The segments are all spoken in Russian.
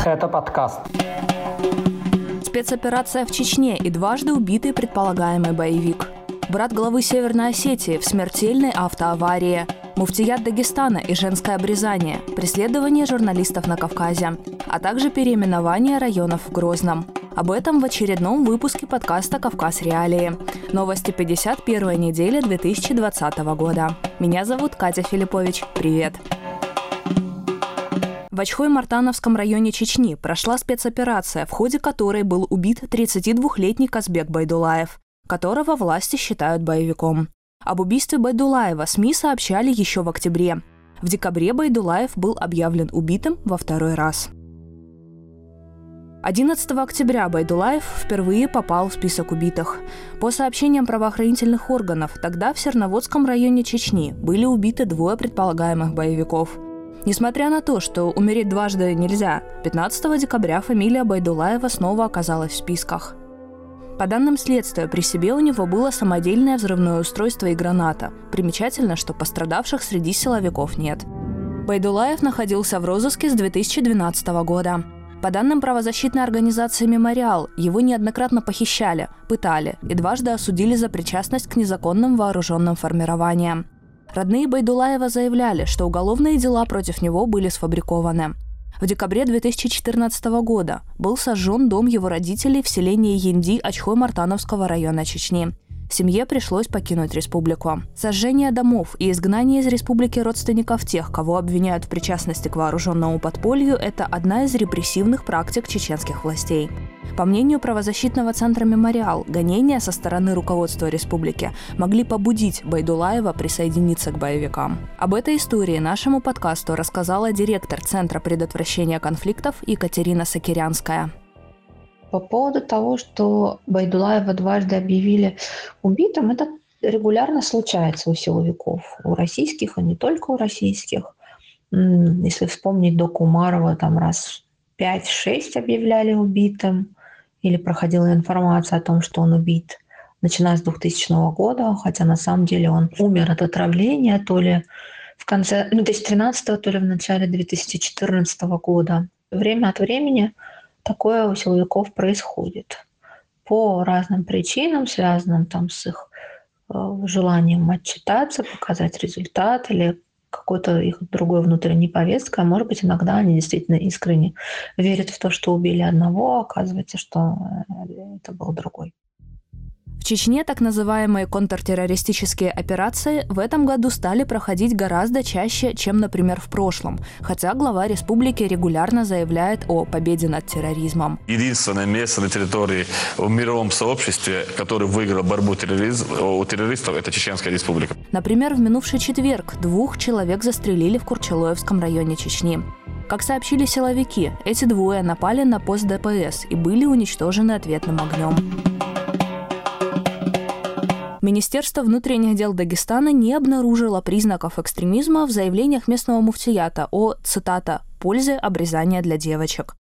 Это подкаст. Спецоперация в Чечне и дважды убитый предполагаемый боевик. Брат главы Северной Осетии в смертельной автоаварии. Муфтият Дагестана и женское обрезание. Преследование журналистов на Кавказе. А также переименование районов в Грозном. Об этом в очередном выпуске подкаста «Кавказ. Реалии». Новости 51-й недели 2020 года. Меня зовут Катя Филиппович. Привет! В Ачхой-Мартановском районе Чечни прошла спецоперация, в ходе которой был убит 32-летний Казбек Байдулаев, которого власти считают боевиком. Об убийстве Байдулаева СМИ сообщали еще в октябре. В декабре Байдулаев был объявлен убитым во второй раз. 11 октября Байдулаев впервые попал в список убитых. По сообщениям правоохранительных органов, тогда в Серноводском районе Чечни были убиты 2 предполагаемых боевиков. Несмотря на то, что умереть дважды нельзя, 15 декабря фамилия Байдулаева снова оказалась в списках. По данным следствия, при себе у него было самодельное взрывное устройство и граната. Примечательно, что пострадавших среди силовиков нет. Байдулаев находился в розыске с 2012 года. По данным правозащитной организации «Мемориал», его неоднократно похищали, пытали и дважды осудили за причастность к незаконным вооруженным формированиям. Родные Байдулаева заявляли, что уголовные дела против него были сфабрикованы. В декабре 2014 года был сожжен дом его родителей в селении Янди Ачхой-Мартановского района Чечни. Семье пришлось покинуть республику. Сожжение домов и изгнание из республики родственников тех, кого обвиняют в причастности к вооруженному подполью, это одна из репрессивных практик чеченских властей. По мнению правозащитного центра «Мемориал», гонения со стороны руководства республики могли побудить Байдулаева присоединиться к боевикам. Об этой истории нашему подкасту рассказала директор Центра предотвращения конфликтов Екатерина Сакирянская. По поводу того, что Байдулаева дважды объявили убитым, это регулярно случается у силовиков, у российских, и не только у российских. Если вспомнить Доку Умарова, там раз 5-6 объявляли убитым, или проходила информация о том, что он убит, начиная с 2000 года, хотя на самом деле он умер от отравления то ли в конце 2013, то ли в начале 2014 года. Время от времени такое у силовиков происходит по разным причинам, связанным там с их желанием отчитаться, показать результат или какой-то их другой внутренней повесткой. А может быть, иногда они действительно искренне верят в то, что убили одного, а оказывается, что это был другой. В Чечне так называемые контртеррористические операции в этом году стали проходить гораздо чаще, чем, например, в прошлом, хотя глава республики регулярно заявляет о победе над терроризмом. Единственное место на территории в мировом сообществе, которое выиграло борьбу у террористов, это Чеченская республика. Например, в минувший четверг 2 человек застрелили в Курчалоевском районе Чечни. Как сообщили силовики, эти 2 напали на пост ДПС и были уничтожены ответным огнем. Министерство внутренних дел Дагестана не обнаружило признаков экстремизма в заявлениях местного муфтията о, цитата, «пользе обрезания для девочек».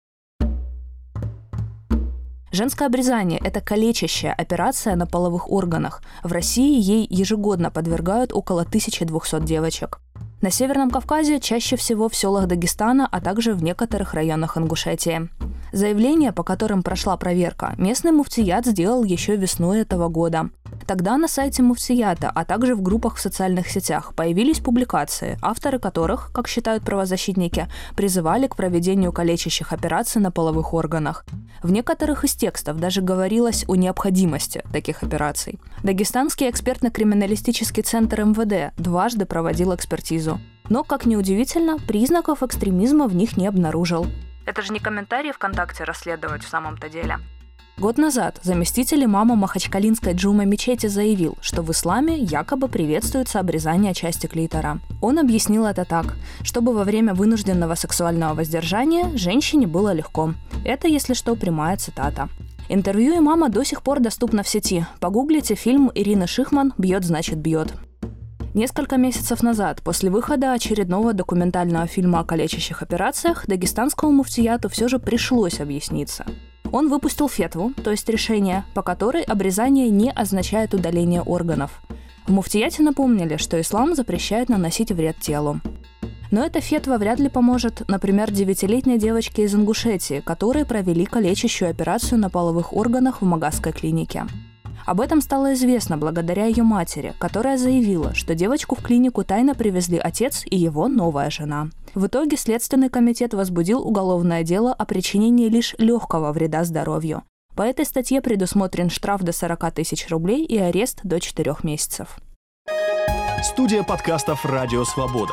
Женское обрезание – это калечащая операция на половых органах. В России ей ежегодно подвергают около 1200 девочек. На Северном Кавказе чаще всего в селах Дагестана, а также в некоторых районах Ингушетии. Заявления, по которым прошла проверка, местный муфтият сделал еще весной этого года. Тогда на сайте муфтията, а также в группах в социальных сетях появились публикации, авторы которых, как считают правозащитники, призывали к проведению калечащих операций на половых органах. В некоторых из текстов даже говорилось о необходимости таких операций. Дагестанский экспертно-криминалистический центр МВД дважды проводил экспертизу. Но, как ни удивительно, признаков экстремизма в них не обнаружил. Это же не комментарии ВКонтакте расследовать в самом-то деле. Год назад заместитель имама Махачкалинской джума мечети заявил, что в исламе якобы приветствуется обрезание части клитора. Он объяснил это так, чтобы во время вынужденного сексуального воздержания женщине было легко. Это, если что, прямая цитата. Интервью имама до сих пор доступно в сети. Погуглите фильм Ирины Шихман «Бьет, значит бьет». Несколько месяцев назад, после выхода очередного документального фильма о калечащих операциях, дагестанскому муфтияту все же пришлось объясниться. Он выпустил фетву, то есть решение, по которой обрезание не означает удаление органов. В муфтияте напомнили, что ислам запрещает наносить вред телу. Но эта фетва вряд ли поможет, например, 9-летней девочке из Ингушетии, которые провели калечащую операцию на половых органах в Магасской клинике. Об этом стало известно благодаря ее матери, которая заявила, что девочку в клинику тайно привезли отец и его новая жена. В итоге Следственный комитет возбудил уголовное дело о причинении лишь легкого вреда здоровью. По этой статье предусмотрен штраф до 40 тысяч рублей и арест до 4 месяцев. Студия подкастов «Радио Свобода».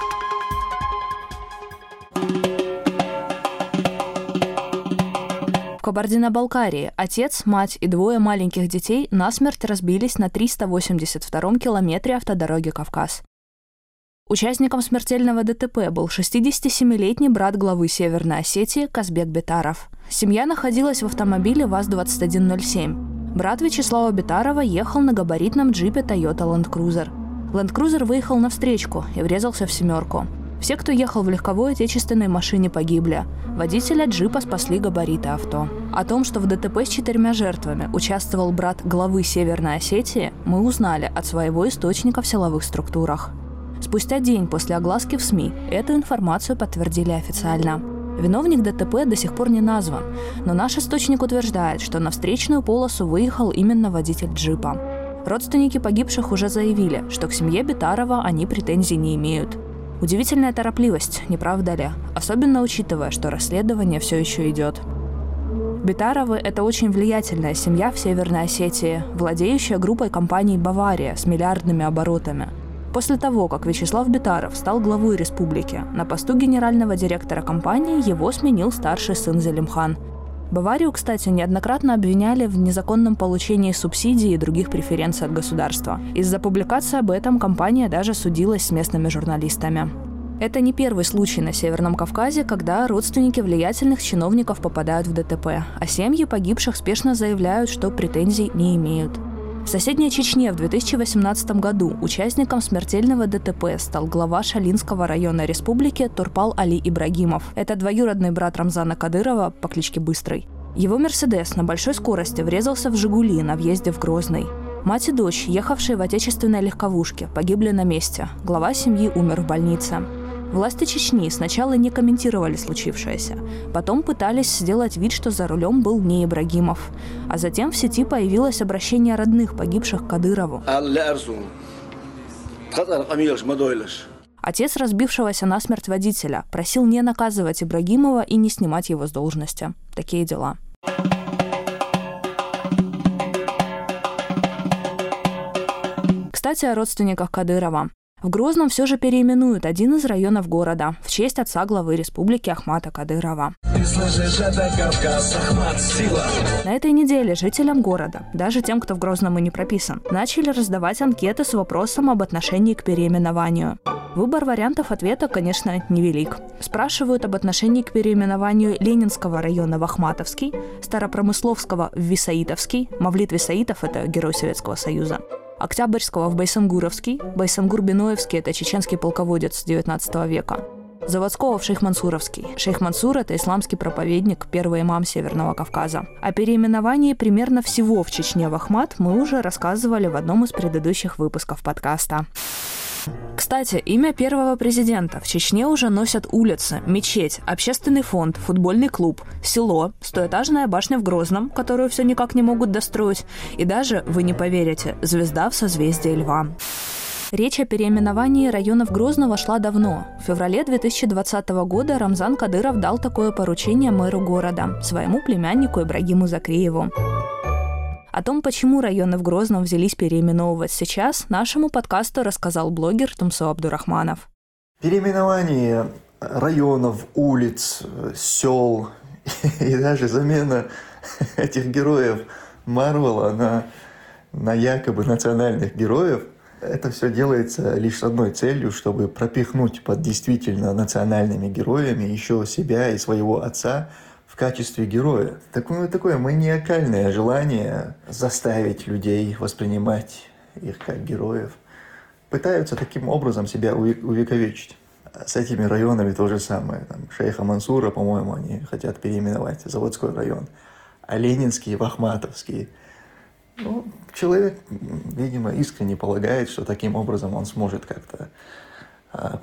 В Кабардино-Балкарии отец, мать и 2 маленьких детей насмерть разбились на 382-м километре автодороги Кавказ. Участником смертельного ДТП был 67-летний брат главы Северной Осетии Казбек Бетаров. Семья находилась в автомобиле ВАЗ-2107. Брат Вячеслава Бетарова ехал на габаритном джипе Toyota Land Cruiser. Land Cruiser выехал навстречку и врезался в 7-ку. Все, кто ехал в легковой отечественной машине, погибли. Водителя джипа спасли габариты авто. О том, что в ДТП с 4 жертвами участвовал брат главы Северной Осетии, мы узнали от своего источника в силовых структурах. Спустя день после огласки в СМИ эту информацию подтвердили официально. Виновник ДТП до сих пор не назван, но наш источник утверждает, что на встречную полосу выехал именно водитель джипа. Родственники погибших уже заявили, что к семье Бетарова они претензий не имеют. Удивительная торопливость, не правда ли? Особенно учитывая, что расследование все еще идет. Бетаровы – это очень влиятельная семья в Северной Осетии, владеющая группой компаний «Бавария» с миллиардными оборотами. После того, как Вячеслав Бетаров стал главой республики, на посту генерального директора компании его сменил старший сын Зелимхан. Баварию, кстати, неоднократно обвиняли в незаконном получении субсидий и других преференций от государства. Из-за публикации об этом компания даже судилась с местными журналистами. Это не первый случай на Северном Кавказе, когда родственники влиятельных чиновников попадают в ДТП, а семьи погибших спешно заявляют, что претензий не имеют. В соседней Чечне в 2018 году участником смертельного ДТП стал глава Шалинского района республики Турпал Али Ибрагимов. Это двоюродный брат Рамзана Кадырова по кличке Быстрый. Его «Мерседес» на большой скорости врезался в «Жигули» на въезде в Грозный. Мать и дочь, ехавшие в отечественной легковушке, погибли на месте. Глава семьи умер в больнице. Власти Чечни сначала не комментировали случившееся. Потом пытались сделать вид, что за рулем был не Ибрагимов. А затем в сети появилось обращение родных погибших к Кадырову. Отец разбившегося насмерть водителя просил не наказывать Ибрагимова и не снимать его с должности. Такие дела. Кстати, о родственниках Кадырова. В Грозном все же переименуют один из районов города в честь отца главы республики Ахмата Кадырова. На этой неделе жителям города, даже тем, кто в Грозном и не прописан, начали раздавать анкеты с вопросом об отношении к переименованию. Выбор вариантов ответа, конечно, невелик. Спрашивают об отношении к переименованию Ленинского района в Ахматовский, Старопромысловского в Висаитовский, Мавлид Висаитов – это герой Советского Союза, Октябрьского в Байсангуровский, Байсангур-Биноевский – это чеченский полководец XIX века, Заводского в Шейх-Мансуровский. Шейх-Мансур – это исламский проповедник, первый имам Северного Кавказа. О переименовании примерно всего в Чечне в Ахмат мы уже рассказывали в одном из предыдущих выпусков подкаста. Кстати, имя первого президента в Чечне уже носят улицы, мечеть, общественный фонд, футбольный клуб, село, стоэтажная башня в Грозном, которую все никак не могут достроить, и даже, вы не поверите, звезда в созвездии Льва. Речь о переименовании районов Грозного шла давно. В феврале 2020 года Рамзан Кадыров дал такое поручение мэру города, своему племяннику Ибрагиму Закриеву. О том, почему районы в Грозном взялись переименовывать сейчас, нашему подкасту рассказал блогер Тумсо Абдурахманов. Переименование районов, улиц, сел и даже замена этих героев Марвела на якобы национальных героев, это все делается лишь с одной целью, чтобы пропихнуть под действительно национальными героями еще себя и своего отца в качестве героя. Такое маниакальное желание заставить людей воспринимать их как героев. Пытаются таким образом себя увековечить. С этими районами то же самое. Там, Шейха Мансура, по-моему, они хотят переименовать Заводской район. А Ленинский в Ахматовский. Человек, видимо, искренне полагает, что таким образом он сможет как-то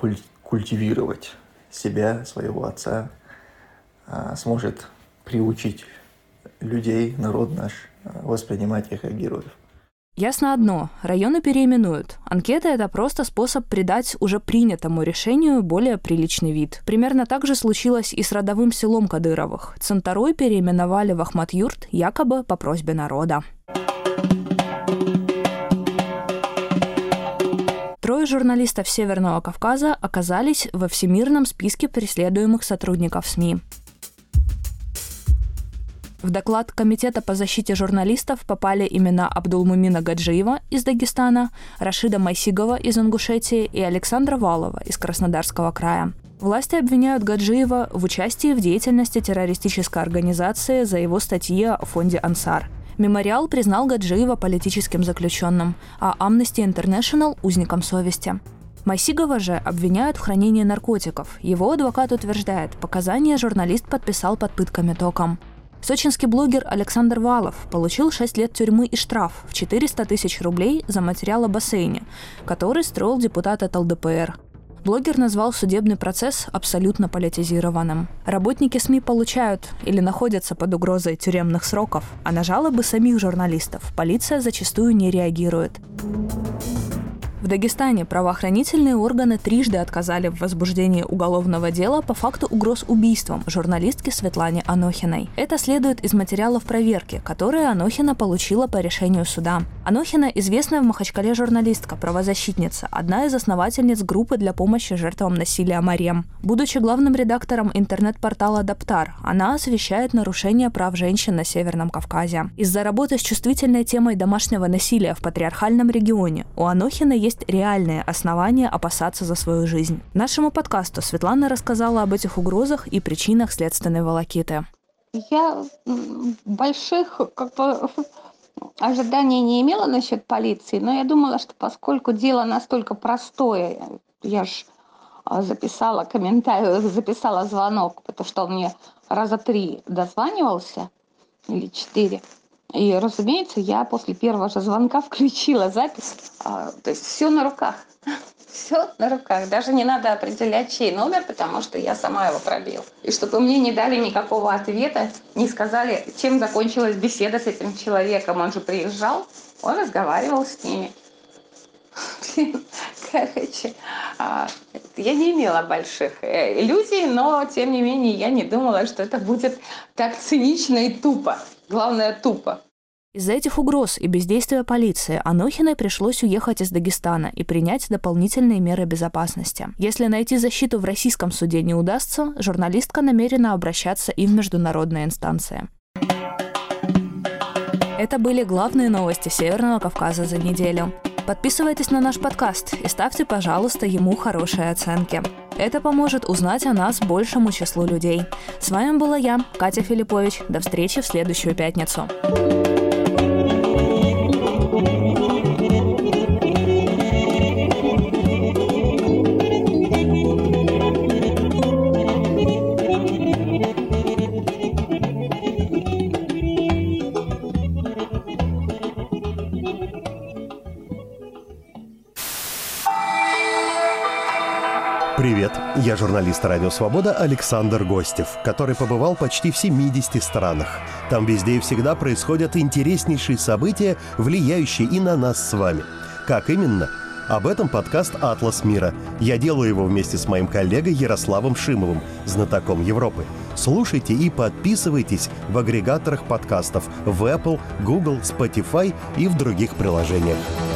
культивировать себя, своего отца, сможет приучить людей, народ наш, воспринимать их как героев. Ясно одно – районы переименуют. Анкета – это просто способ придать уже принятому решению более приличный вид. Примерно так же случилось и с родовым селом Кадыровых. Цинтарой переименовали в Ахмат-Юрт якобы по просьбе народа. 3 журналистов Северного Кавказа оказались во всемирном списке преследуемых сотрудников СМИ. В доклад Комитета по защите журналистов попали имена Абдулмумина Гаджиева из Дагестана, Рашида Майсигова из Ингушетии и Александра Валова из Краснодарского края. Власти обвиняют Гаджиева в участии в деятельности террористической организации за его статьи о фонде «Ансар». Мемориал признал Гаджиева политическим заключенным, а Amnesty International – узником совести. Майсигова же обвиняют в хранении наркотиков. Его адвокат утверждает, показания журналист подписал под пытками током. Сочинский блогер Александр Валов получил 6 лет тюрьмы и штраф в 400 тысяч рублей за материал о бассейне, который строил депутат от ЛДПР. Блогер назвал судебный процесс абсолютно политизированным. Работники СМИ получают или находятся под угрозой тюремных сроков, а на жалобы самих журналистов полиция зачастую не реагирует. В Дагестане правоохранительные органы трижды отказали в возбуждении уголовного дела по факту угроз убийством журналистки Светлане Анохиной. Это следует из материалов проверки, которые Анохина получила по решению суда. Анохина – известная в Махачкале журналистка, правозащитница, одна из основательниц группы для помощи жертвам насилия «Марем». Будучи главным редактором интернет-портала «Даптар», она освещает нарушения прав женщин на Северном Кавказе. Из-за работы с чувствительной темой домашнего насилия в патриархальном регионе у Анохиной есть реальные основания опасаться за свою жизнь. Нашему подкасту Светлана рассказала об этих угрозах и причинах следственной волокиты. Я больших ожиданий не имела насчет полиции, но я думала, что поскольку дело настолько простое, я же записала комментарий, записала звонок, потому что он мне раза 3 дозванивался, или 4. И, разумеется, я после первого же звонка включила запись. То есть все на руках. Все на руках. Даже не надо определять, чей номер, потому что я сама его пробила. И чтобы мне не дали никакого ответа, не сказали, чем закончилась беседа с этим человеком. Он же приезжал, он разговаривал с ними. Короче, я не имела больших иллюзий, но, тем не менее, я не думала, что это будет так цинично и тупо. Главное, тупо. Из-за этих угроз и бездействия полиции Анохиной пришлось уехать из Дагестана и принять дополнительные меры безопасности. Если найти защиту в российском суде не удастся, журналистка намерена обращаться и в международные инстанции. Это были главные новости Северного Кавказа за неделю. Подписывайтесь на наш подкаст и ставьте, пожалуйста, ему хорошие оценки. Это поможет узнать о нас большему числу людей. С вами была я, Катя Филиппович. До встречи в следующую пятницу. Привет, я журналист «Радио Свобода» Александр Гостев, который побывал почти в 70 странах. Там везде и всегда происходят интереснейшие события, влияющие и на нас с вами. Как именно? Об этом подкаст «Атлас мира». Я делаю его вместе с моим коллегой Ярославом Шимовым, знатоком Европы. Слушайте и подписывайтесь в агрегаторах подкастов в Apple, Google, Spotify и в других приложениях.